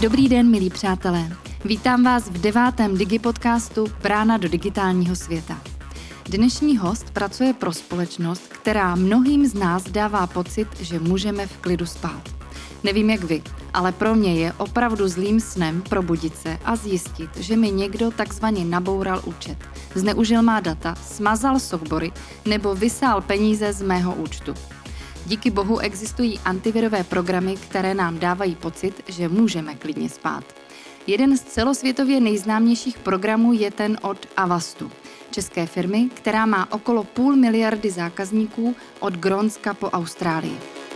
Dobrý den, milí přátelé. Vítám vás v 9. Digipodcastu Brána do digitálního světa. Dnešní host pracuje pro společnost, která mnohým z nás dává pocit, že můžeme v klidu spát. Nevím jak vy, ale pro mě je opravdu zlým snem probudit se a zjistit, že mi někdo takzvaně naboural účet, zneužil má data, smazal softbory nebo vysál peníze z mého účtu. Díky bohu existují antivirové programy, které nám dávají pocit, že můžeme klidně spát. Jeden z celosvětově nejznámějších programů je ten od Avastu, české firmy, která má okolo 500 miliardy zákazníků od Grónska po Austrálii.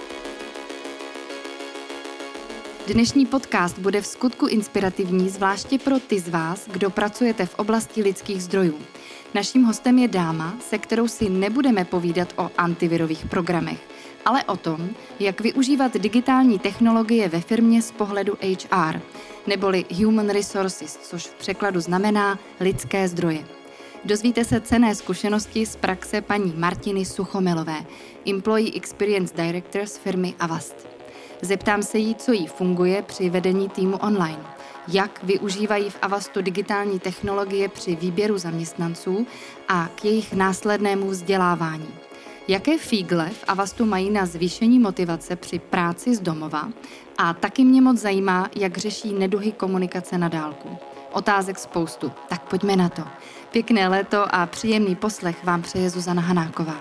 Dnešní podcast bude v skutku inspirativní, zvláště pro ty z vás, kdo pracujete v oblasti lidských zdrojů. Naším hostem je dáma, se kterou si nebudeme povídat o antivirových programech, ale o tom, jak využívat digitální technologie ve firmě z pohledu HR, neboli Human Resources, což v překladu znamená lidské zdroje. Dozvíte se cenné zkušenosti z praxe paní Martiny Suchomilové, Employee Experience Director z firmy Avast. Zeptám se jí, co jí funguje při vedení týmu online, jak využívají v Avastu digitální technologie při výběru zaměstnanců a k jejich následnému vzdělávání. Jaké fígle v Avastu mají na zvýšení motivace při práci z domova a taky mě moc zajímá, jak řeší neduhy komunikace na dálku. Otázek spoustu, tak pojďme na to. Pěkné léto a příjemný poslech vám přeje Zuzana Hanáková.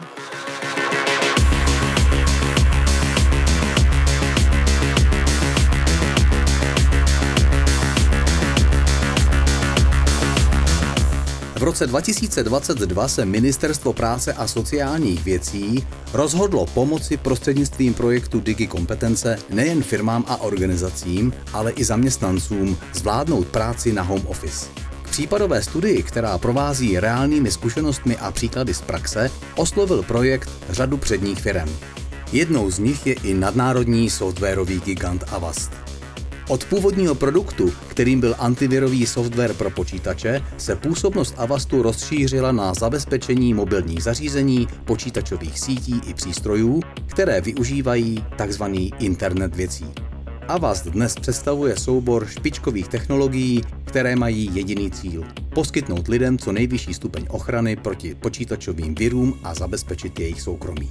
V roce 2022 se Ministerstvo práce a sociálních věcí rozhodlo pomoci prostřednictvím projektu DigiKompetence nejen firmám a organizacím, ale i zaměstnancům zvládnout práci na home office. K případové studii, která provází reálnými zkušenostmi a příklady z praxe, oslovil projekt řadu předních firem. Jednou z nich je i nadnárodní softwarový gigant Avast. Od původního produktu, kterým byl antivirový software pro počítače, se působnost Avastu rozšířila na zabezpečení mobilních zařízení, počítačových sítí i přístrojů, které využívají tzv. Internet věcí. Avast dnes představuje soubor špičkových technologií, které mají jediný cíl – poskytnout lidem co nejvyšší stupeň ochrany proti počítačovým virům a zabezpečit jejich soukromí.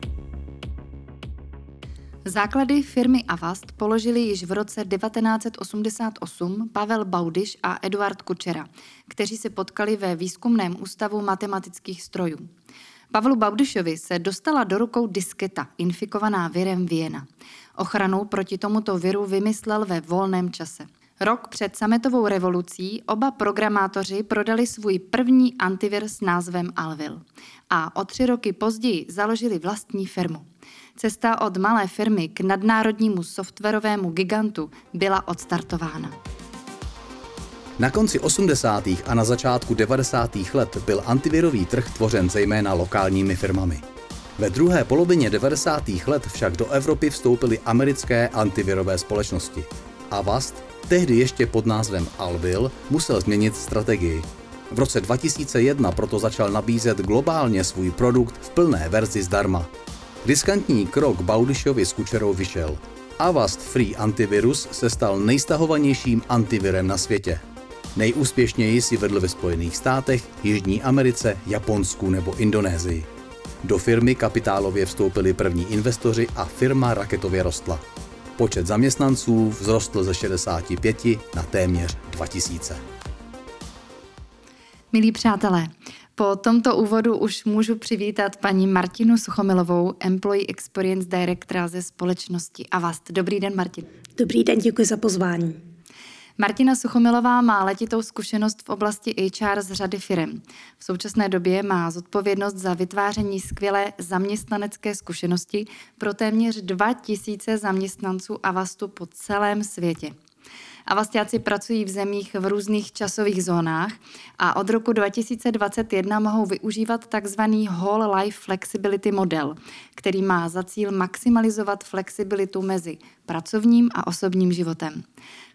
Základy firmy Avast položili již v roce 1988 Pavel Baudyš a Eduard Kučera, kteří se potkali ve Výzkumném ústavu matematických strojů. Pavlu Baudyšovi se dostala do rukou disketa infikovaná virem Vienna. Ochranu proti tomuto viru vymyslel ve volném čase. Rok před sametovou revolucí oba programátoři prodali svůj první antivir s názvem Alvil a o 3 roky později založili vlastní firmu. Cesta od malé firmy k nadnárodnímu softwarovému gigantu byla odstartována. Na konci 80. a na začátku 90. let byl antivirový trh tvořen zejména lokálními firmami. Ve druhé polovině 90. let však do Evropy vstoupily americké antivirové společnosti. Avast, tehdy ještě pod názvem Alvil, musel změnit strategii. V roce 2001 proto začal nabízet globálně svůj produkt v plné verzi zdarma. Riskantní krok Baudyšovi s Kučerou vyšel. Avast Free Antivirus se stal nejstahovanějším antivirem na světě. Nejúspěšněji si vedl ve Spojených státech, Jižní Americe, Japonsku nebo Indonésii. Do firmy kapitálově vstoupili první investoři a firma raketově rostla. Počet zaměstnanců vzrostl ze 65 na téměř 2000. Milí přátelé, po tomto úvodu už můžu přivítat paní Martinu Suchomilovou, Employee Experience Directora ze společnosti Avast. Dobrý den, Martin. Dobrý den, děkuji za pozvání. Martina Suchomilová má letitou zkušenost v oblasti HR z řady firem. V současné době má zodpovědnost za vytváření skvělé zaměstnanecké zkušenosti pro téměř 2000 zaměstnanců Avastu po celém světě. Avastáci pracují v zemích v různých časových zónách a od roku 2021 mohou využívat takzvaný Whole Life Flexibility model, který má za cíl maximalizovat flexibilitu mezi pracovním a osobním životem.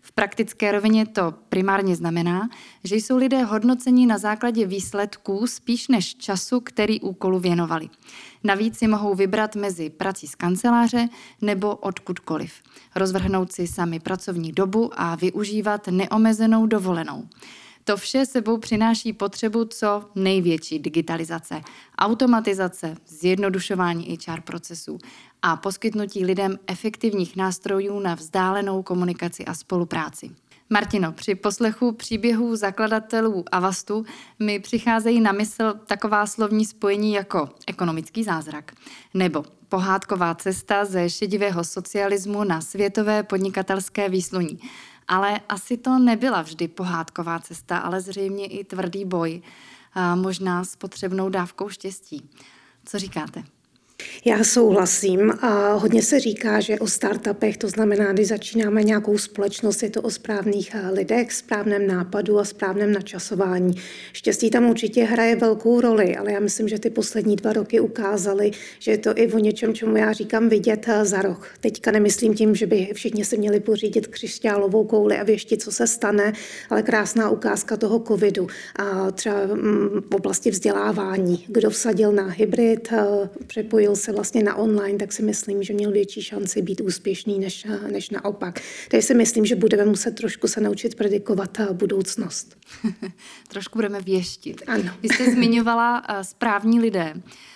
V praktické rovině to primárně znamená, že jsou lidé hodnoceni na základě výsledků spíš než času, který úkolu věnovali. Navíc si mohou vybrat mezi prací z kanceláře nebo odkudkoliv. Rozvrhnout si sami pracovní dobu a využívat neomezenou dovolenou. To vše sebou přináší potřebu co největší digitalizace, automatizace, zjednodušování HR procesů a poskytnutí lidem efektivních nástrojů na vzdálenou komunikaci a spolupráci. Martino, při poslechu příběhů zakladatelů Avastu mi přicházejí na mysl taková slovní spojení jako ekonomický zázrak nebo pohádková cesta ze šedivého socialismu na světové podnikatelské výsluní. Ale asi to nebyla vždy pohádková cesta, ale zřejmě i tvrdý boj, a možná s potřebnou dávkou štěstí. Co říkáte? Já souhlasím a hodně se říká, že o startupech, to znamená, když začínáme nějakou společnost, je to o správných lidech, správném nápadu a správném načasování. Štěstí tam určitě hraje velkou roli, ale já myslím, že ty poslední 2 roky ukázaly, že je to i o něčem, čemu já říkám vidět za roh. Teďka nemyslím tím, že by všichni si měli pořídit křišťálovou kouli a věštit, co se stane, ale krásná ukázka toho covidu. A třeba v oblasti vzdělávání, kdo vsadil na hybrid, přepojil se vlastně na online, tak si myslím, že měl větší šanci být úspěšný než naopak. Takže si myslím, že budeme muset trošku se naučit predikovat budoucnost. Trošku budeme věštit. Ano. Vy jste zmiňovala správní lidé.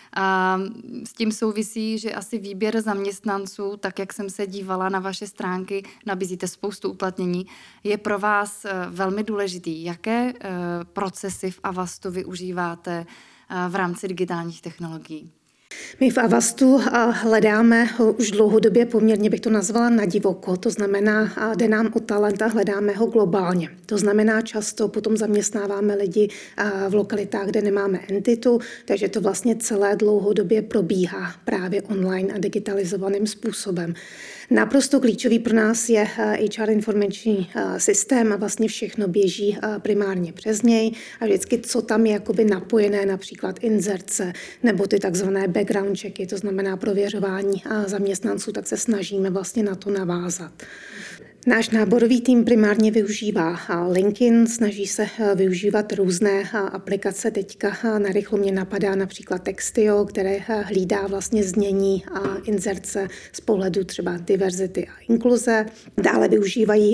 A s tím souvisí, že asi výběr zaměstnanců, tak jak jsem se dívala na vaše stránky, nabízíte spoustu uplatnění, je pro vás velmi důležitý. Jaké procesy v Avastu využíváte v rámci digitálních technologií? My v Avastu hledáme už dlouhodobě, poměrně bych to nazvala na divoko, to znamená, jde nám o talent a hledáme ho globálně. To znamená, často potom zaměstnáváme lidi v lokalitách, kde nemáme entitu, takže to vlastně celé dlouhodobě probíhá právě online a digitalizovaným způsobem. Naprosto klíčový pro nás je HR informační systém a vlastně všechno běží primárně přes něj a vždycky, co tam je jakoby napojené, například inzerce nebo ty takzvané background checky, to znamená prověřování zaměstnanců, tak se snažíme vlastně na to navázat. Náš náborový tým primárně využívá LinkedIn, snaží se využívat různé aplikace. Teďka narychlo mě napadá například Textio, které hlídá vlastně znění a inzerce z pohledu třeba diverzity a inkluze. Dále využívají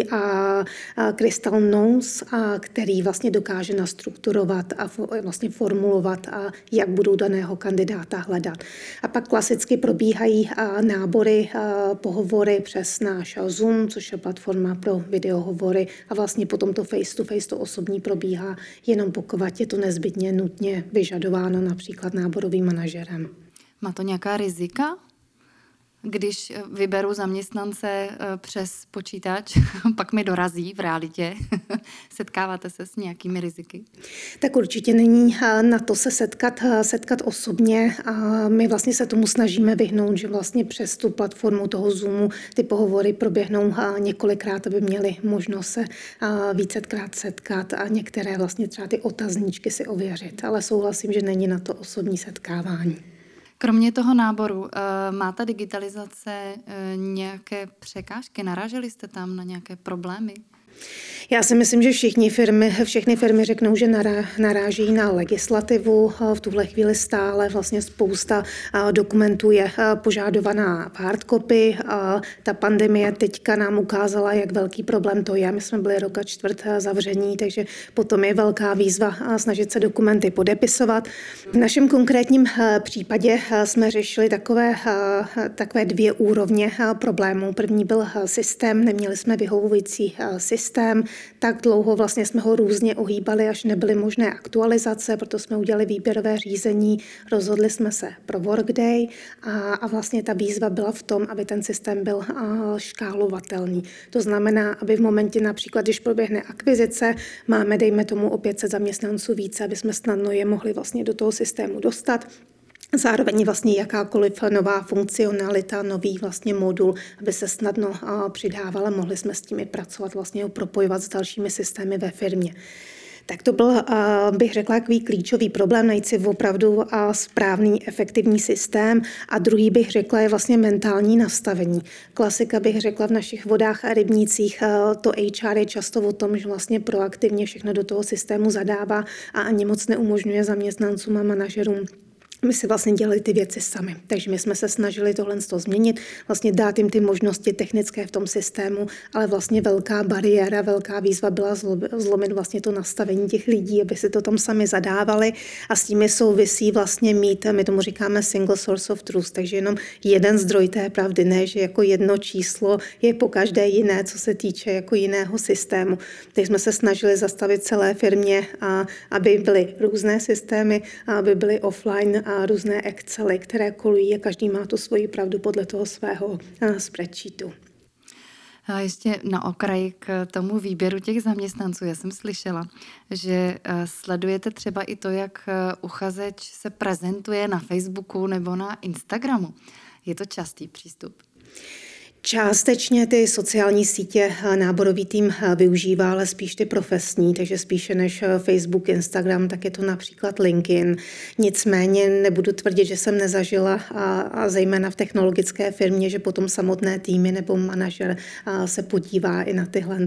Crystal Nose, který vlastně dokáže nastrukturovat a vlastně formulovat, jak budou daného kandidáta hledat. A pak klasicky probíhají nábory, pohovory přes náš Zoom, což je platforma pro videohovory a vlastně potom to face-to-face, to osobní probíhá, jenom pokud je to nezbytně nutně vyžadováno například náborovým manažerem. Má to nějaká rizika? Když vyberu zaměstnance přes počítač, pak mi dorazí v realitě. Setkáváte se s nějakými riziky? Tak určitě není na to se setkat osobně a my vlastně se tomu snažíme vyhnout, že vlastně přes tu platformu toho Zoomu ty pohovory proběhnou několikrát, aby měli možnost se vícekrát setkat a některé vlastně třeba ty otazníčky si ověřit. Ale souhlasím, že není na to osobní setkávání. Kromě toho náboru, má ta digitalizace nějaké překážky? Naráželi jste tam na nějaké problémy? Já si myslím, že všechny firmy řeknou, že naráží na legislativu. V tuhle chvíli stále vlastně spousta dokumentů je požadovaná v hardcopy. Ta pandemie teďka nám ukázala, jak velký problém to je. My jsme byli 1,25 roku zavření, takže potom je velká výzva snažit se dokumenty podepisovat. V našem konkrétním případě jsme řešili takové 2 úrovně problémů. První byl systém, neměli jsme vyhovující systém, tak dlouho vlastně jsme ho různě ohýbali, až nebyly možné aktualizace, proto jsme udělali výběrové řízení, rozhodli jsme se pro Workday a vlastně ta výzva byla v tom, aby ten systém byl škálovatelný. To znamená, aby v momentě například, když proběhne akvizice, máme, dejme tomu, o 500 zaměstnanců více, aby jsme snadno je mohli vlastně do toho systému dostat. Zároveň vlastně jakákoliv nová funkcionalita, nový vlastně modul, aby se snadno přidávala, mohli jsme s tím i pracovat, vlastně ho propojovat s dalšími systémy ve firmě. Tak to byl, bych řekla, takový klíčový problém, najít si opravdu správný, efektivní systém. A druhý bych řekla je vlastně mentální nastavení. Klasika bych řekla v našich vodách a rybnících, to HR je často o tom, že vlastně proaktivně všechno do toho systému zadává a ani moc neumožňuje zaměstnancům a manažerům. My si vlastně dělali ty věci sami, takže my jsme se snažili tohle změnit, vlastně dát jim ty možnosti technické v tom systému, ale vlastně velká bariéra, velká výzva byla zlomit vlastně to nastavení těch lidí, aby si to tam sami zadávali a s tím souvisí vlastně mít, my tomu říkáme single source of truth, takže jenom jeden zdroj té pravdy, ne, že jako jedno číslo je po každé jiné, co se týče jako jiného systému. Takže jsme se snažili zastavit celé firmě, aby byly různé systémy, aby byly offline a různé Excely, které kolují a každý má tu svoji pravdu podle toho svého spreadsheetu. A ještě na okraji k tomu výběru těch zaměstnanců. Já jsem slyšela, že sledujete třeba i to, jak uchazeč se prezentuje na Facebooku nebo na Instagramu. Je to častý přístup? Částečně ty sociální sítě náborový tým využívá, ale spíš ty profesní, takže spíše než Facebook, Instagram, tak je to například LinkedIn. Nicméně nebudu tvrdit, že jsem nezažila a zejména v technologické firmě, že potom samotné týmy nebo manažer se podívá i na tyhle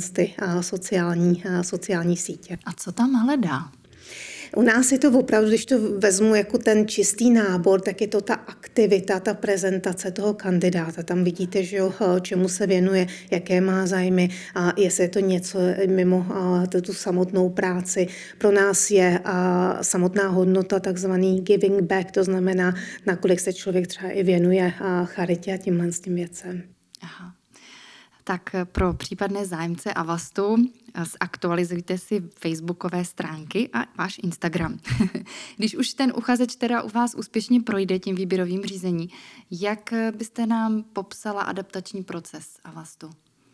sociální sítě. A co tam hledá? U nás je to opravdu, když to vezmu jako ten čistý nábor, tak je to ta aktivita, ta prezentace toho kandidáta. Tam vidíte, že čemu se věnuje, jaké má zájmy a jestli je to něco mimo tu samotnou práci. Pro nás je samotná hodnota takzvaný giving back, to znamená, nakolik se člověk třeba i věnuje charitě a tímhle s tím věcem. Aha. Tak pro případné zájemce Avastu zaktualizujte si facebookové stránky a váš Instagram. Když už ten uchazeč teda u vás úspěšně projde tím výběrovým řízení, jak byste nám popsala adaptační proces Avastu?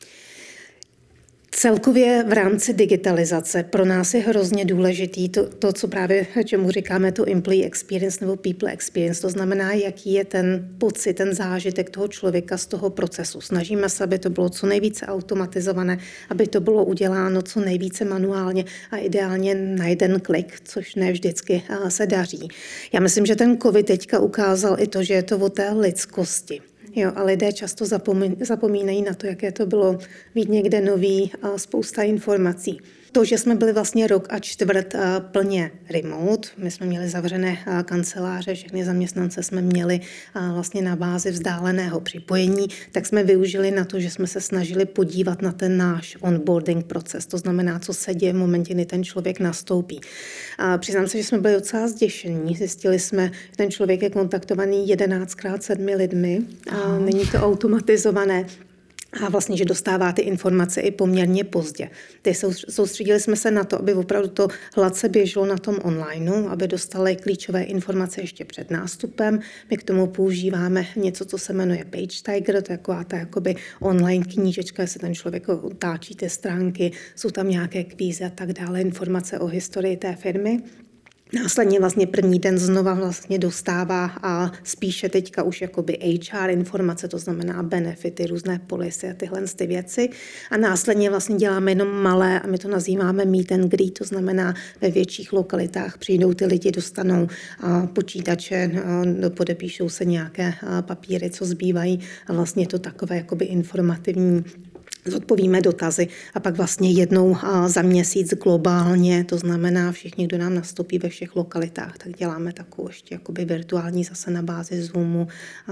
Celkově v rámci digitalizace pro nás je hrozně důležitý to, co právě čemu říkáme to employee experience nebo people experience. To znamená, jaký je ten pocit, ten zážitek toho člověka z toho procesu. Snažíme se, aby to bylo co nejvíce automatizované, aby to bylo uděláno co nejvíce manuálně a ideálně na jeden klik, což ne vždycky se daří. Já myslím, že ten COVID teďka ukázal i to, že je to o té lidskosti. Jo, a lidé často zapomínají na to, jaké to bylo mít někde nový a spousta informací. To, že jsme byli vlastně rok a čtvrt plně remote, my jsme měli zavřené kanceláře, všechny zaměstnance jsme měli vlastně na bázi vzdáleného připojení, tak jsme využili na to, že jsme se snažili podívat na ten náš onboarding proces, to znamená, co se děje v momentě, kdy ten člověk nastoupí. Přiznám se, že jsme byli docela zděšení, zjistili jsme, že ten člověk je kontaktovaný 11x 7 lidmi, není to automatizované. A vlastně, že dostává ty informace i poměrně pozdě. Soustředili jsme se na to, aby opravdu to hladce běželo na tom onlineu, aby dostali klíčové informace ještě před nástupem. My k tomu používáme něco, co se jmenuje Page Tiger, to je taková ta jakoby online knížečka, se ten člověk otáčí ty stránky, jsou tam nějaké kvízy a tak dále, informace o historii té firmy. Následně vlastně první den znova vlastně dostává a spíše teďka už jakoby HR informace, to znamená benefity, různé polisy a tyhle ty věci. A následně vlastně děláme jenom malé, a my to nazýváme meet and greet, to znamená ve větších lokalitách přijdou ty lidi, dostanou počítače, podepíšou se nějaké papíry, co zbývají a vlastně je to takové jakoby informativní. Zodpovíme dotazy a pak vlastně jednou za měsíc globálně, to znamená všichni, kdo nám nastoupí ve všech lokalitách, tak děláme takovou ještě jakoby virtuální zase na bázi Zoomu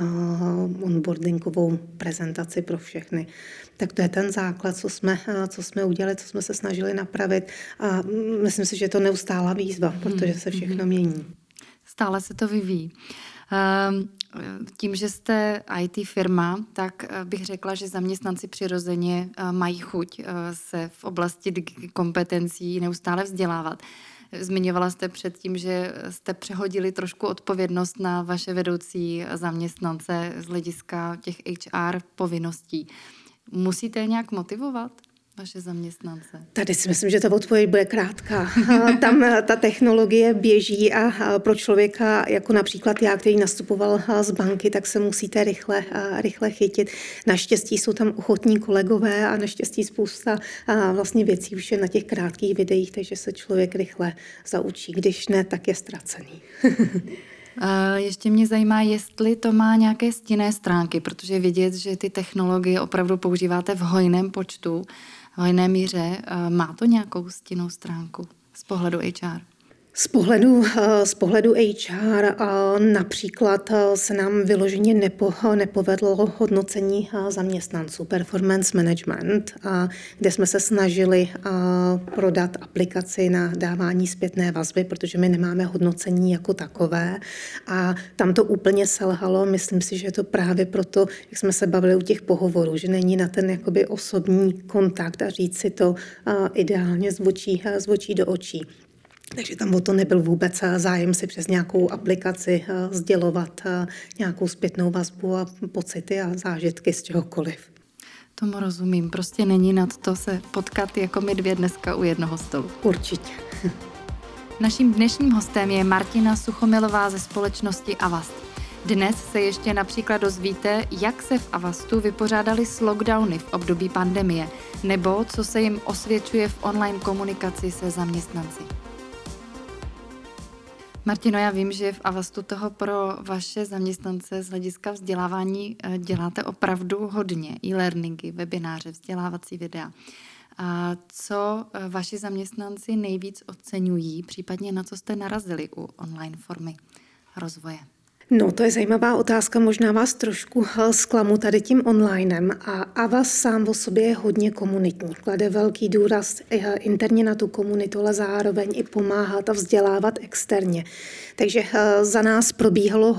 onboardingovou prezentaci pro všechny. Tak to je ten základ, co jsme udělali, co jsme se snažili napravit a myslím si, že je to neustálá výzva, protože se všechno mění. Stále se to vyvíjí. Tím, že jste IT firma, tak bych řekla, že zaměstnanci přirozeně mají chuť se v oblasti kompetencí neustále vzdělávat. Zmiňovala jste předtím, že jste přehodili trošku odpovědnost na vaše vedoucí zaměstnance z hlediska těch HR povinností. Musíte je nějak motivovat? vaše zaměstnance? Tady si myslím, že ta odpověď bude krátká. Tam ta technologie běží a pro člověka, jako například já, který nastupoval z banky, tak se musíte rychle chytit. Naštěstí jsou tam ochotní kolegové a naštěstí spousta vlastně věcí už je na těch krátkých videích, takže se člověk rychle zaučí. Když ne, tak je ztracený. Ještě mě zajímá, jestli to má nějaké stinné stránky, protože vidět, že ty technologie opravdu používáte v hojném počtu, v hojné míře. Má to nějakou stinnou stránku z pohledu HR? Z pohledu HR například se nám vyloženě nepovedlo hodnocení zaměstnanců, performance management, kde jsme se snažili prodat aplikaci na dávání zpětné vazby, protože my nemáme hodnocení jako takové a tam to úplně selhalo. Myslím si, že je to právě proto, jak jsme se bavili u těch pohovorů, že není na ten jakoby osobní kontakt a říct si to ideálně z očí do očí. Takže tam o to nebyl vůbec zájem si přes nějakou aplikaci sdělovat nějakou zpětnou vazbu a pocity a zážitky z čehokoliv. Tomu rozumím. Prostě není nad to se potkat jako my dvě dneska u jednoho stolu. Určitě. Naším dnešním hostem je Martina Suchomilová ze společnosti Avast. Dnes se ještě například dozvíte, jak se v Avastu vypořádali s lockdowny v období pandemie, nebo co se jim osvědčuje v online komunikaci se zaměstnanci. Martino, já vím, že v Avastu toho pro vaše zaměstnance z hlediska vzdělávání děláte opravdu hodně. E-learningy, webináře, vzdělávací videa. A co vaši zaměstnanci nejvíc oceňují, případně na co jste narazili u online formy rozvoje? No, to je zajímavá otázka, možná vás trošku zklamu tady tím onlinem. A Avast sám o sobě je hodně komunitní. Klade velký důraz interně na tu komunitu, ale zároveň i pomáhat a vzdělávat externě. Takže za nás probíhalo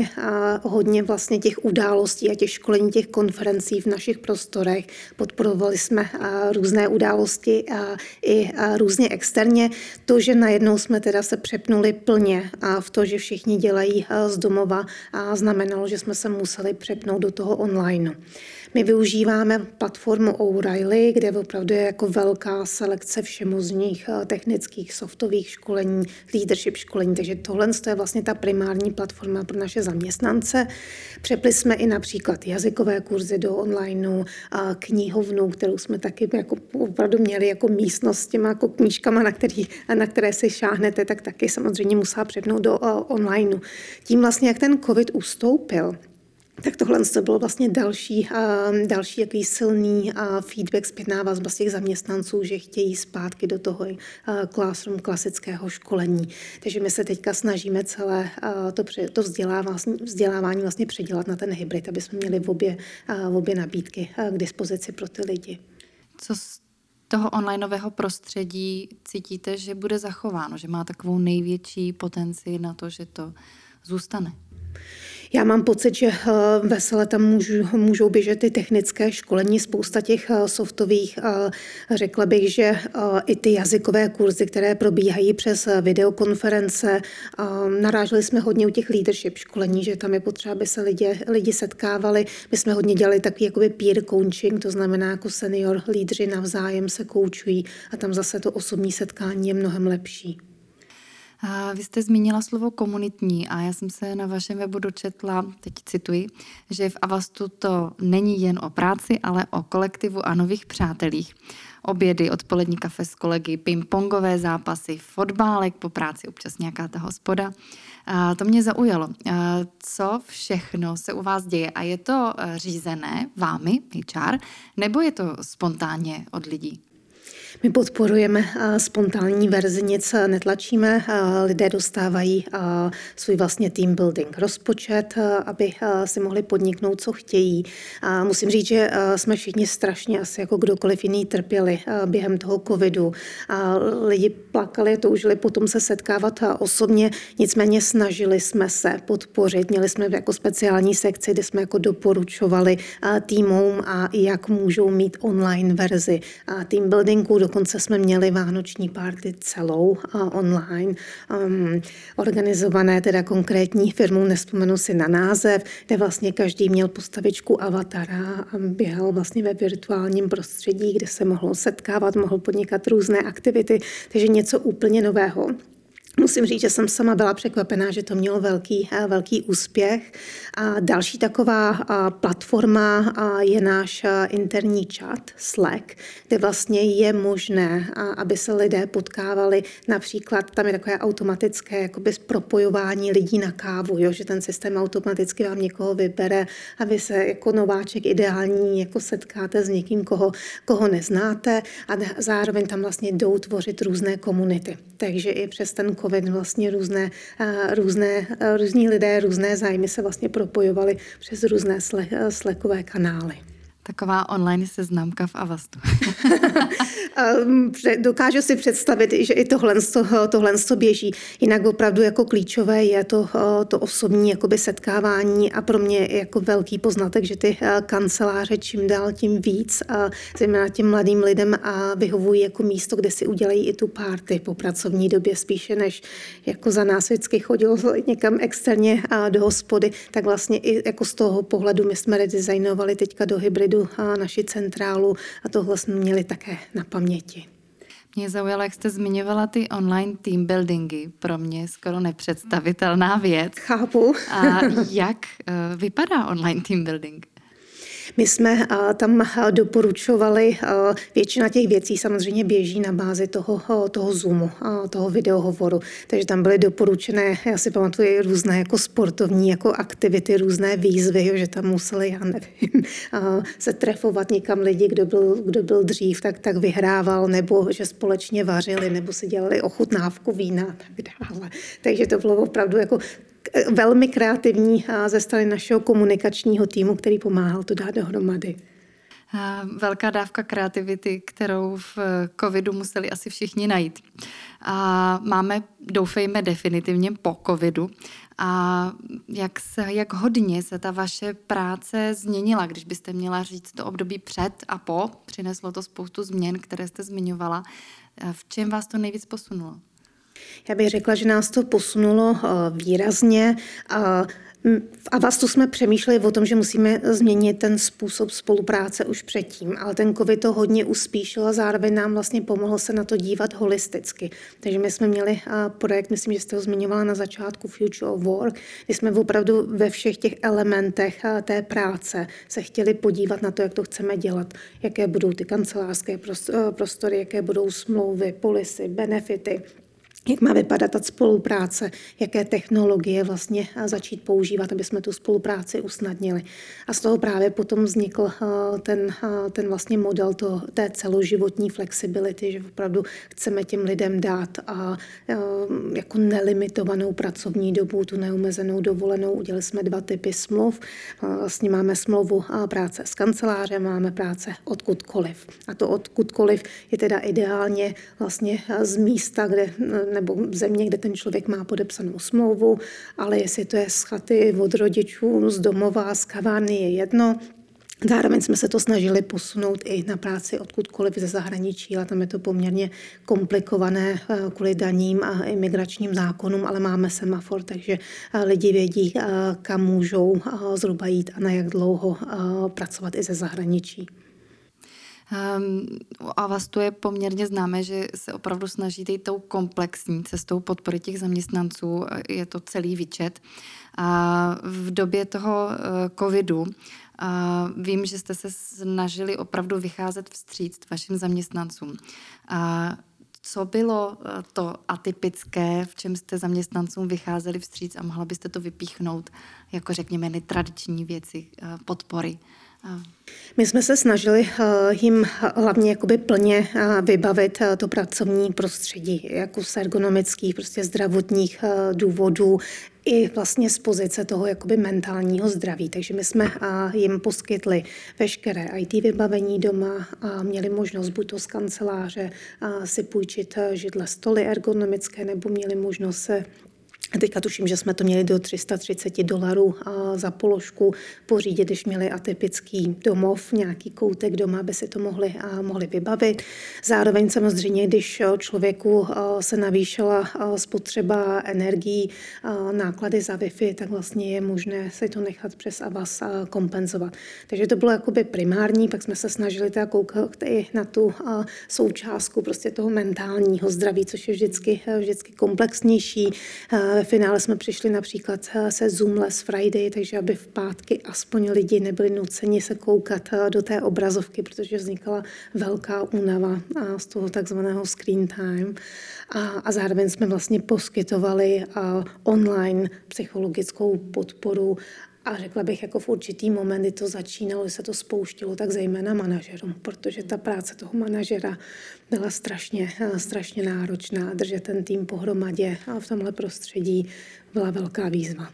hodně vlastně těch událostí a těch školení, těch konferencí v našich prostorech. Podporovali jsme různé události i různě externě. To, že najednou jsme teda se přepnuli plně a v to, že všichni dělají z domova, a znamenalo, že jsme se museli přepnout do toho online. My využíváme platformu O'Reilly, kde opravdu je jako velká selekce všemožných technických, softových školení, leadership školení, takže tohle je vlastně ta primární platforma pro naše zaměstnance. Přepli jsme i například jazykové kurzy do onlineu, knihovnu, kterou jsme taky jako opravdu měli jako místnost s těma jako knížkama, na které si šáhnete, tak taky samozřejmě musela přepnout do onlineu. Tím vlastně, jak ten covid ustoupil, tak tohle bylo vlastně další jaký silný feedback, zpětná vazba z těch zaměstnanců, že chtějí zpátky do toho classroom klasického školení. Takže my se teďka snažíme celé to vzdělávání vlastně předělat na ten hybrid, aby jsme měli obě nabídky k dispozici pro ty lidi. Co z toho onlineového prostředí cítíte, že bude zachováno, že má takovou největší potenci na to, že to zůstane? Já mám pocit, že vesele tam můžou běžet ty technické školení, spousta těch softových. Řekla bych, že i ty jazykové kurzy, které probíhají přes videokonference. Naráželi jsme hodně u těch leadership školení, že tam je potřeba, aby se lidi setkávali. My jsme hodně dělali takový jakoby peer coaching, to znamená jako senior lídři navzájem se koučují a tam zase to osobní setkání je mnohem lepší. Vy jste zmínila slovo komunitní a já jsem se na vašem webu dočetla, teď cituji, že v Avastu to není jen o práci, ale o kolektivu a nových přátelích. Obědy, odpolední kafe s kolegy, ping-pongové zápasy, fotbálek po práci, občas nějaká ta hospoda. To mě zaujalo. Co všechno se u vás děje? A je to řízené vámi, HR, nebo je to spontánně od lidí? My podporujeme spontánní verzi, nic netlačíme, lidé dostávají svůj vlastně team building rozpočet, aby si mohli podniknout, co chtějí. Musím říct, že jsme všichni strašně asi jako kdokoliv jiný trpěli během toho covidu. Lidi plakali, toužili potom se setkávat osobně, nicméně snažili jsme se podpořit. Měli jsme jako speciální sekci, kde jsme jako doporučovali týmům, jak můžou mít online verzi team buildingu. dokonce jsme měli vánoční party celou online, organizované teda konkrétní firmou, nevzpomenu si na název, kde vlastně každý měl postavičku avatara a běhal vlastně ve virtuálním prostředí, kde se mohl setkávat, mohl podnikat různé aktivity, takže něco úplně nového. Musím říct, že jsem sama byla překvapená, že to mělo velký úspěch. A další taková platforma je náš interní chat Slack, kde vlastně je možné, aby se lidé potkávali. Například tam je takové automatické jakoby propojování lidí na kávu, jo, že ten systém automaticky vám někoho vybere a vy se jako nováček ideální jako setkáte s někým, koho neznáte a zároveň tam vlastně jdou tvořit různé komunity. Takže i přes ten COVID vlastně různí lidé, různé zájmy se vlastně propojovali přes různé Slackové kanály. Taková online seznamka v Avastu. Dokážu si představit, že i tohle běží. Jinak opravdu jako klíčové je to osobní jakoby setkávání a pro mě je jako velký poznatek, že ty kanceláře čím dál tím víc a zejména těm mladým lidem vyhovují jako místo, kde si udělají i tu party po pracovní době spíše, než jako za nás vždycky chodil někam externě do hospody, tak vlastně i jako z toho pohledu my jsme redesignovali teďka do hybridu naši centrálu a tohle jsme měli také na paměti. Mě zaujalo, jak jste zmiňovala ty online team buildingy. Pro mě skoro nepředstavitelná věc. Chápu. A jak vypadá online team building? My jsme tam doporučovali, většina těch věcí samozřejmě běží na bázi toho Zoomu, toho videohovoru, takže tam byly doporučené, já si pamatuju, různé jako sportovní jako aktivity, různé výzvy, že tam museli, já nevím, se trefovat někam lidi, kdo byl dřív, tak vyhrával, nebo že společně vařili, nebo si dělali ochutnávku vína a tak dále. Takže to bylo opravdu jako velmi kreativní ze strany našeho komunikačního týmu, který pomáhal to dát dohromady. Velká dávka kreativity, kterou v covidu museli asi všichni najít. A máme, doufejme, definitivně po covidu. A jak hodně se ta vaše práce změnila, když byste měla říct to období před a po? Přineslo to spoustu změn, které jste zmiňovala. V čem vás to nejvíc posunulo? Já bych řekla, že nás to posunulo výrazně. V Avastu jsme přemýšleli o tom, že musíme změnit ten způsob spolupráce už předtím, ale ten COVID to hodně uspíšil a zároveň nám vlastně pomohl se na to dívat holisticky. Takže my jsme měli projekt, myslím, že jste ho zmiňovala na začátku, Future of Work, kdy jsme opravdu ve všech těch elementech té práce se chtěli podívat na to, jak to chceme dělat, jaké budou ty kancelářské prostory, jaké budou smlouvy, polisy, benefity, jak má vypadat ta spolupráce, jaké technologie vlastně začít používat, aby jsme tu spolupráci usnadnili. A z toho právě potom vznikl ten vlastně model té celoživotní flexibility, že opravdu chceme těm lidem dát jako nelimitovanou pracovní dobu, tu neomezenou dovolenou. Udělali jsme 2 typy smluv. Vlastně máme smlouvu práce s kancelářem, máme práce odkudkoliv. A to odkudkoliv je teda ideálně vlastně z místa, nebo země, kde ten člověk má podepsanou smlouvu, ale jestli to je z chaty, od rodičů, z domova, z kavárny, je jedno. Zároveň jsme se to snažili posunout i na práci odkudkoliv ze zahraničí, ale tam je to poměrně komplikované kvůli daním a imigračním zákonům, ale máme semafor, takže lidi vědí, kam můžou zhruba jít a na jak dlouho pracovat i ze zahraničí. A vás to je poměrně známé, že se opravdu snažíte jít tou komplexní cestou podpory těch zaměstnanců. Je to celý výčet. A v době toho covidu vím, že jste se snažili opravdu vycházet vstříc vašim zaměstnancům. Co bylo to atypické, v čem jste zaměstnancům vycházeli vstříc a mohla byste to vypíchnout jako řekněme netradiční věci podpory? My jsme se snažili jim hlavně jakoby plně vybavit to pracovní prostředí, jako z ergonomických, prostě zdravotních důvodů, i vlastně z pozice toho jakoby mentálního zdraví. Takže my jsme jim poskytli veškeré IT vybavení doma a měli možnost buď to z kanceláře si půjčit židle, stoly ergonomické, nebo měli možnost se A teďka tuším, že jsme to měli do $330 za položku pořídit, když měli atypický domov, nějaký koutek doma, aby si to mohli vybavit. Zároveň samozřejmě, když člověku se navýšila spotřeba energií, náklady za Wi-Fi, tak vlastně je možné si to nechat přes Avast kompenzovat. Takže to bylo jakoby primární, pak jsme se snažili teda koukat i na tu součástku prostě toho mentálního zdraví, což je vždycky komplexnější. Ve finále jsme přišli například se Zoomless Friday, takže aby v pátky aspoň lidi nebyli nuceni se koukat do té obrazovky, protože vznikala velká únava z toho takzvaného screen time. A zároveň jsme vlastně poskytovali online psychologickou podporu. A řekla bych, jako v určitý moment, kdy to začínalo, že se to spouštilo, tak zejména manažerům, protože ta práce toho manažera byla strašně náročná. Držet ten tým pohromadě a v tomhle prostředí byla velká výzva.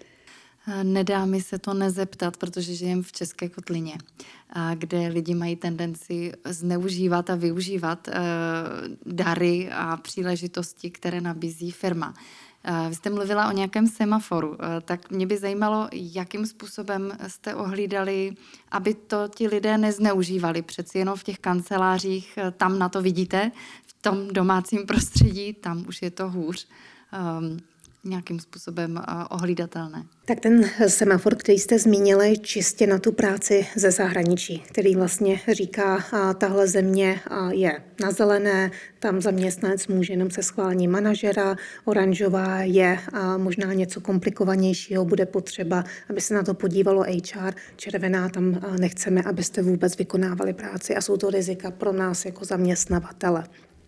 Nedá mi se to nezeptat, protože žijem v České kotlině, kde lidi mají tendenci zneužívat a využívat dary a příležitosti, které nabízí firma. Vy jste mluvila o nějakém semaforu, tak mě by zajímalo, jakým způsobem jste ohlídali, aby to ti lidé nezneužívali. Přeci jenom v těch kancelářích tam na to vidíte, v tom domácím prostředí, tam už je to hůř. Nějakým způsobem ohlídatelné. Tak ten semafor, který jste zmínili, je čistě na tu práci ze zahraničí, který vlastně říká, tahle země je na zelené, tam zaměstnanec může jenom se schválením manažera, oranžová je možná něco komplikovanějšího, bude potřeba, aby se na to podívalo HR, červená tam nechceme, abyste vůbec vykonávali práci a jsou to rizika pro nás jako zaměstnavatele.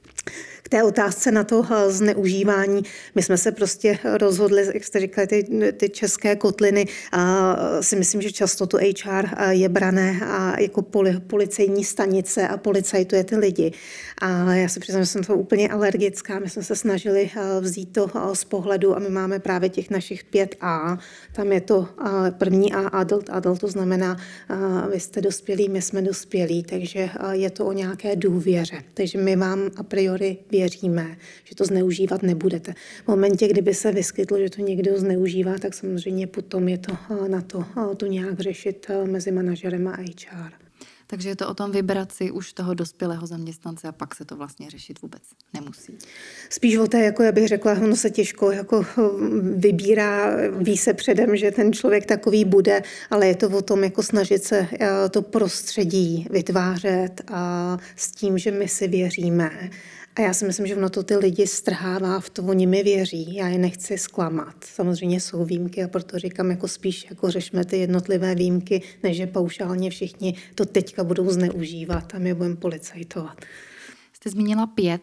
K té otázce na to zneužívání, my jsme se prostě rozhodli, jak jste říkali, ty české kotliny, si myslím, že často to HR je brané jako policejní stanice a policajtuje ty lidi. A já si přiznám, že jsem to úplně alergická, my jsme se snažili vzít to z pohledu a my máme právě těch našich 5A, tam je to první A, adult, to znamená, vy jste dospělí, my jsme dospělí, takže je to o nějaké důvěře. Takže my vám a priori věříme, že to zneužívat nebudete. V momentě, kdyby se vyskytlo, že to někdo zneužívá, tak samozřejmě potom je to na to nějak řešit mezi manažerem a HR. Takže je to o tom vybrat si už toho dospělého zaměstnance a pak se to vlastně řešit vůbec nemusí. Spíš o té, jako já bych řekla, ono se těžko jako vybírá, ví se předem, že ten člověk takový bude, ale je to o tom, jako snažit se to prostředí vytvářet a s tím, že my si věříme. A já si myslím, že ono to ty lidi strhává, v to oni mi věří. Já je nechci zklamat. Samozřejmě jsou výjimky a proto říkám, jako spíš jako řešme ty jednotlivé výjimky, než že paušálně všichni to teďka budou zneužívat a my budeme policajtovat. Jste zmínila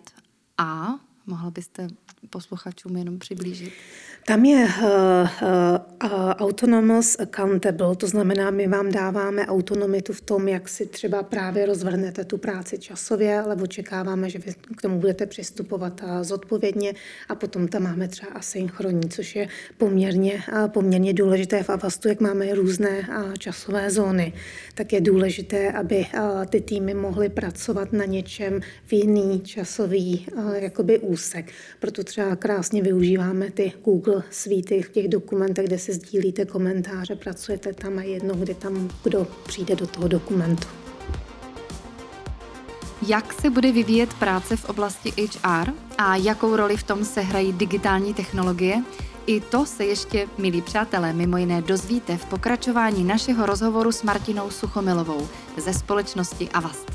5A. Mohla byste posluchačům jenom přiblížit? Tam je autonomous accountable, to znamená, my vám dáváme autonomitu v tom, jak si třeba právě rozvrhnete tu práci časově, ale očekáváme, že vy k tomu budete přistupovat zodpovědně a potom tam máme třeba asynchronní, což je poměrně důležité v Avastu, jak máme různé časové zóny, tak je důležité, aby ty týmy mohly pracovat na něčem v jiný časový jakoby úsek. Proto třeba krásně využíváme ty Google Suity v těch dokumentech, kde si sdílíte komentáře, pracujete tam a jedno, kdo přijde do toho dokumentu. Jak se bude vyvíjet práce v oblasti HR a jakou roli v tom sehrají digitální technologie? I to se ještě, milí přátelé, mimo jiné dozvíte v pokračování našeho rozhovoru s Martinou Suchomilovou ze společnosti Avast.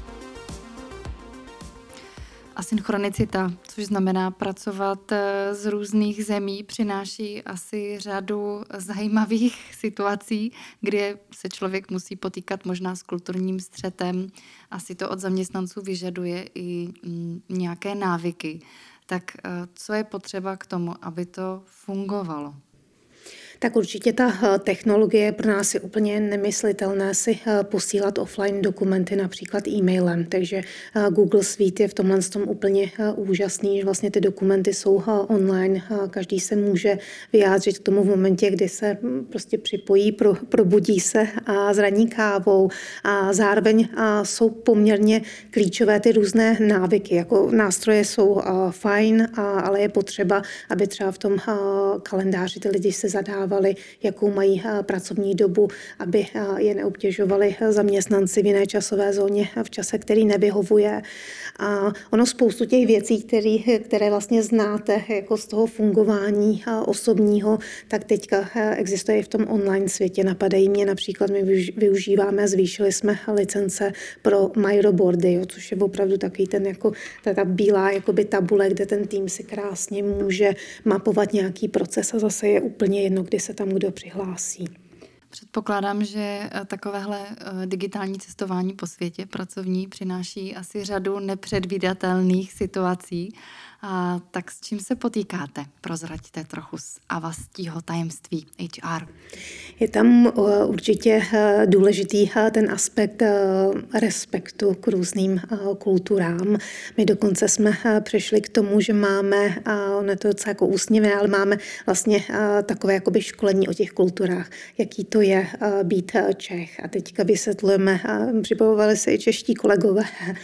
Asynchronicita, což znamená pracovat z různých zemí, přináší asi řadu zajímavých situací, kde se člověk musí potýkat možná s kulturním střetem. Asi to od zaměstnanců vyžaduje i nějaké návyky. Tak co je potřeba k tomu, aby to fungovalo? Tak určitě ta technologie pro nás je úplně nemyslitelné si posílat offline dokumenty například e-mailem, takže Google Suite je v tomhle tom úplně úžasný, že vlastně ty dokumenty jsou online, každý se může vyjádřit k tomu v momentě, kdy se prostě připojí, probudí se a zraní kávou a zároveň jsou poměrně klíčové ty různé návyky, jako nástroje jsou fajn, ale je potřeba, aby třeba v tom kalendáři ty lidi se zadávali, jakou mají pracovní dobu, aby je neobtěžovali zaměstnanci v jiné časové zóně v čase, který nevyhovuje. A ono spoustu těch věcí, které vlastně znáte jako z toho fungování osobního, tak teďka existuje i v tom online světě. Napadají mě například, my využíváme, zvýšili jsme licence pro Microboardy, což je opravdu takový ten jako ta bílá jakoby tabule, kde ten tým si krásně může mapovat nějaký proces a zase je úplně jedno, kdy se tam kdo přihlásí. Předpokládám, že takovéhle digitální cestování po světě pracovní přináší asi řadu nepředvídatelných situací. Tak s čím se potýkáte? Prozraďte trochu z avastího tajemství HR. Je tam určitě důležitý ten aspekt respektu k různým kulturám. My dokonce jsme přešli k tomu, že máme, ono je to docela jako úsměvné, ale máme vlastně takové jakoby školení o těch kulturách, jaký to je být Čech. A teďka vysvětlujeme, připravovali se i čeští kolegové,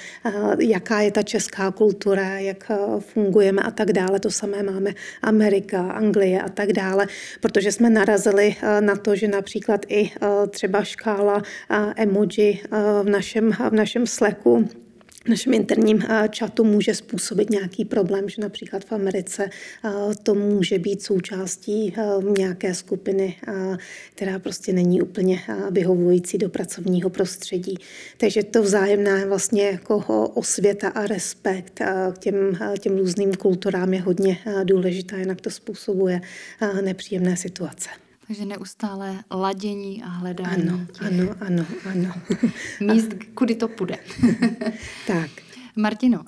jaká je ta česká kultura, jak fungujeme a tak dále. To samé máme Amerika, Anglie a tak dále, protože jsme narazili na to, že například i třeba škála emoji v našem Slacku, v našem interním chatu může způsobit nějaký problém, že například v Americe to může být součástí nějaké skupiny, která prostě není úplně vyhovující do pracovního prostředí. Takže to vzájemná vlastně jako osvěta a respekt k těm různým kulturám je hodně důležitá, jinak to způsobuje nepříjemné situace. Takže neustále ladění a hledání. Ano. Míst, kudy to půjde. Tak. Martino,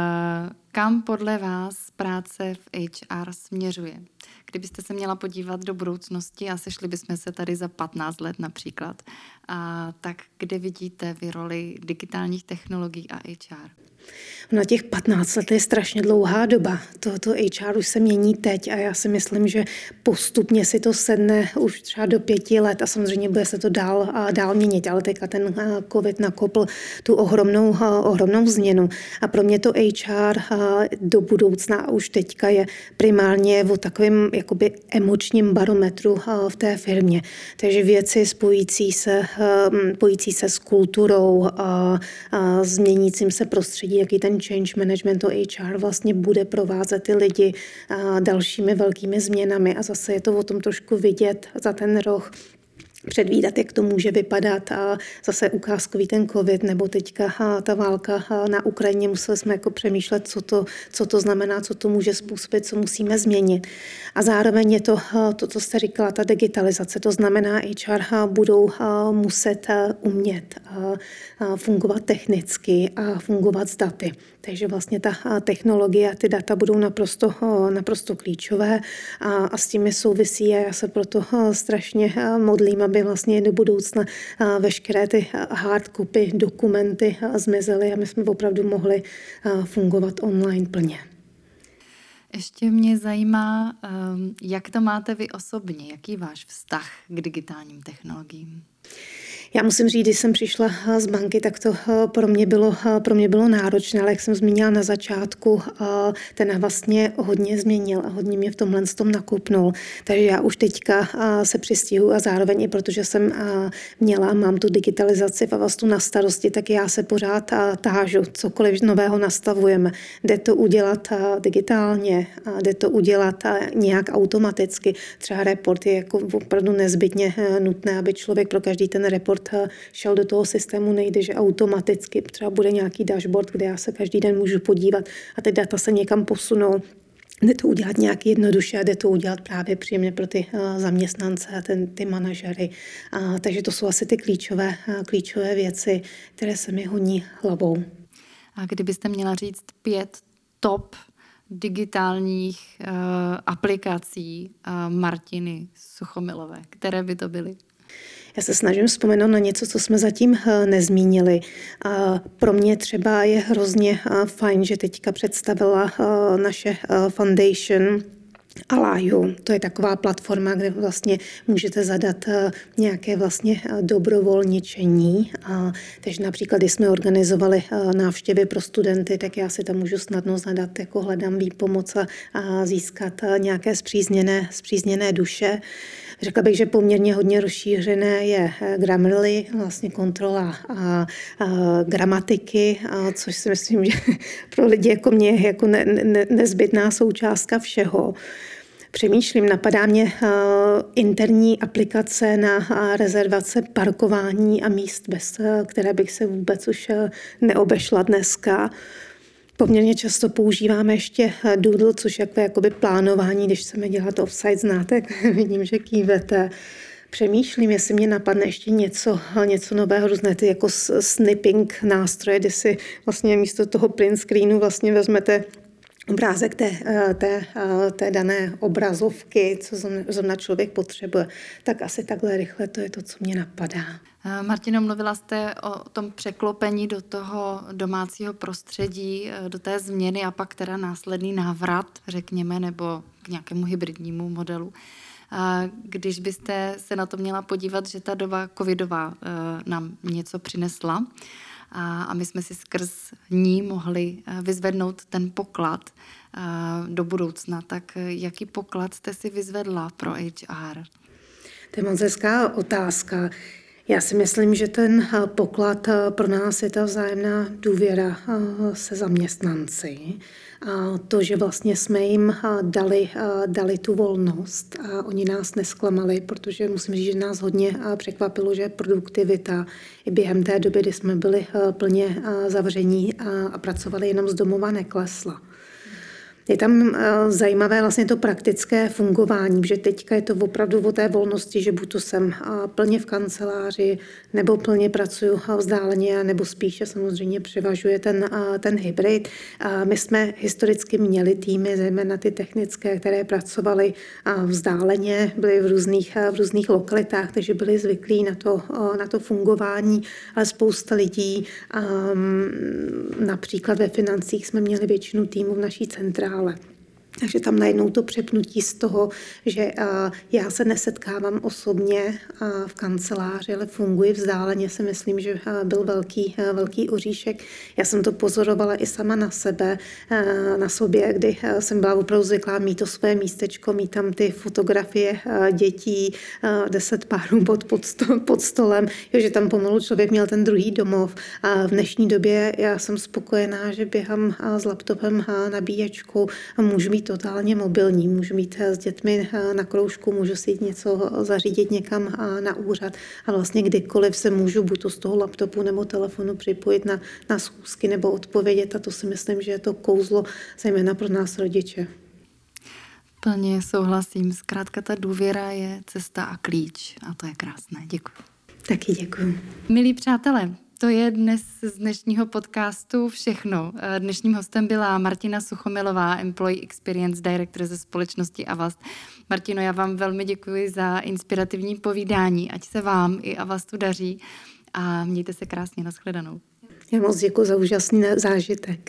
kam podle vás práce v HR směřuje? Kdybyste se měla podívat do budoucnosti a sešli bychom se tady za 15 let například, tak kde vidíte vy roli digitálních technologií a HR? Na těch 15 let je strašně dlouhá doba. To HR už se mění teď a já si myslím, že postupně si to sedne už třeba do 5 let a samozřejmě bude se to dál měnit, ale teďka ten COVID nakopl tu ohromnou změnu. A pro mě to HR do budoucna už teďka je primárně o takovém jakoby emočním barometru v té firmě. Takže věci spojící se s kulturou, s měnícím se prostředí, jaký ten change management HR vlastně bude provázet ty lidi dalšími velkými změnami a zase je to o tom trošku vidět za ten roh, předvídat, jak to může vypadat a zase ukázkový ten COVID nebo teďka ta válka na Ukrajině. Museli jsme jako přemýšlet, co to znamená, co to může způsobit, co musíme změnit. A zároveň je to, co jste říkala, ta digitalizace. To znamená, HR budou muset umět fungovat technicky a fungovat s daty. Takže vlastně ta technologie a ty data budou naprosto klíčové a s tím souvisí a já se proto strašně modlím, aby vlastně do budoucna veškeré ty hardcopy, dokumenty zmizely a my jsme opravdu mohli fungovat online plně. Ještě mě zajímá, jak to máte vy osobně, jaký váš vztah k digitálním technologiím? Já musím říct, když jsem přišla z banky, tak to pro mě bylo náročné, ale jak jsem zmínila na začátku, ten vlastně hodně změnil a hodně mě v tomhle tom nakopnul. Takže já už teďka se přistihuji a zároveň i protože jsem mám tu digitalizaci v Avastu na starosti, tak já se pořád tážu, cokoliv nového nastavujeme. Jde to udělat digitálně, jde to udělat nějak automaticky. Třeba report je jako opravdu nezbytně nutné, aby člověk pro každý ten report šel do toho systému, nejde, že automaticky třeba bude nějaký dashboard, kde já se každý den můžu podívat a ty data se někam posunou. Jde to udělat nějak jednoduše a jde to udělat právě příjemně pro ty zaměstnance a ty manažery. Takže to jsou asi ty klíčové věci, které se mi honí hlavou. A kdybyste měla říct 5 top digitálních aplikací Martiny Suchomilové? Které by to byly? Já se snažím vzpomenout na něco, co jsme zatím nezmínili. Pro mě třeba je hrozně fajn, že teďka představila naše foundation Alaju. To je taková platforma, kde vlastně můžete zadat nějaké vlastně dobrovolničení. Takže například, když jsme organizovali návštěvy pro studenty, tak já si tam můžu snadno zadat, jako hledám výpomoc a získat nějaké spřízněné duše. Řekla bych, že poměrně hodně rozšířené je Grammarly, vlastně kontrola gramatiky, což si myslím, že pro lidi jako mě je jako nezbytná součástka všeho. Přemýšlím, napadá mě interní aplikace na rezervace parkování a míst, bez které bych se vůbec už neobešla dneska. Poměrně často používáme ještě Doodle, což je jakoby plánování, když chceme dělat offsite, znáte, vidím, že kývete. Přemýšlím, jestli mě napadne ještě něco nového, různé ty jako snipping nástroje, kde si vlastně místo toho print screenu vlastně vezmete obrázek té dané obrazovky, co zrovna člověk potřebuje. Tak asi takhle rychle to je to, co mě napadá. Martino, mluvila jste o tom překlopení do toho domácího prostředí, do té změny a pak teda následný návrat, řekněme, nebo k nějakému hybridnímu modelu. Když byste se na to měla podívat, že ta doba covidová nám něco přinesla, a my jsme si skrz ní mohli vyzvednout ten poklad do budoucna. Tak jaký poklad jste si vyzvedla pro HR? To je moc hezká otázka. Já si myslím, že ten poklad pro nás je ta vzájemná důvěra se zaměstnanci. A to, že vlastně jsme jim dali tu volnost a oni nás nesklamali, protože musím říct, že nás hodně překvapilo, že produktivita i během té doby, kdy jsme byli plně zavření a pracovali jenom z domova, neklesla. Je tam zajímavé vlastně to praktické fungování, že teďka je to opravdu o té volnosti, že buď to jsem plně v kanceláři, nebo plně pracuju vzdáleně, nebo spíše samozřejmě převažuje ten hybrid. My jsme historicky měli týmy, zejména ty technické, které pracovaly vzdáleně, byly v různých lokalitách, takže byli zvyklí na to fungování, ale spousta lidí, například ve financích jsme měli většinu týmů v naší centrále. Takže tam najednou to přepnutí z toho, že já se nesetkávám osobně v kanceláři, ale funguji vzdáleně, si myslím, že byl velký oříšek. Já jsem to pozorovala i sama na sebe, na sobě, kdy jsem byla opravdu zvyklá mít to své místečko, mít tam ty fotografie dětí, 10 párů pod stolem, že tam pomalu člověk měl ten druhý domov. A v dnešní době já jsem spokojená, že běhám s laptopem nabíječkou a můžu být totálně mobilní, můžu mít s dětmi na kroužku, můžu si jít něco zařídit někam na úřad a vlastně kdykoliv se můžu buď to z toho laptopu nebo telefonu připojit na schůzky nebo odpovědět a to si myslím, že je to kouzlo zejména pro nás rodiče. Plně souhlasím. Zkrátka ta důvěra je cesta a klíč a to je krásné. Děkuji. Taky děkuji. Milí přátelé, to je dnes z dnešního podcastu všechno. Dnešním hostem byla Martina Suchomilová, Employee Experience Director ze společnosti Avast. Martino, já vám velmi děkuji za inspirativní povídání, ať se vám i Avastu daří a mějte se krásně, nashledanou. Já moc děkuji za úžasný zážitek.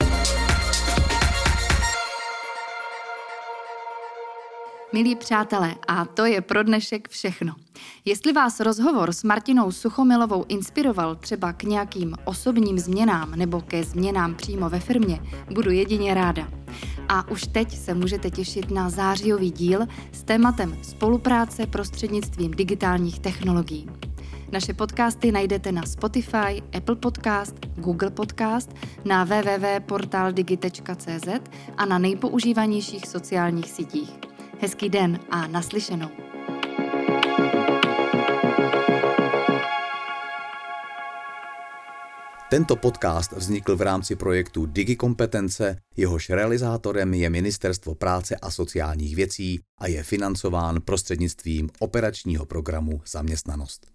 Milí přátelé, a to je pro dnešek všechno. Jestli vás rozhovor s Martinou Suchomilovou inspiroval třeba k nějakým osobním změnám nebo ke změnám přímo ve firmě, budu jedině ráda. A už teď se můžete těšit na zářijový díl s tématem spolupráce prostřednictvím digitálních technologií. Naše podcasty najdete na Spotify, Apple Podcast, Google Podcast, na www.portaldigi.cz a na nejpoužívanějších sociálních sítích. Hezký den a naslyšenou. Tento podcast vznikl v rámci projektu DigiKompetence, jehož realizátorem je Ministerstvo práce a sociálních věcí a je financován prostřednictvím operačního programu Zaměstnanost.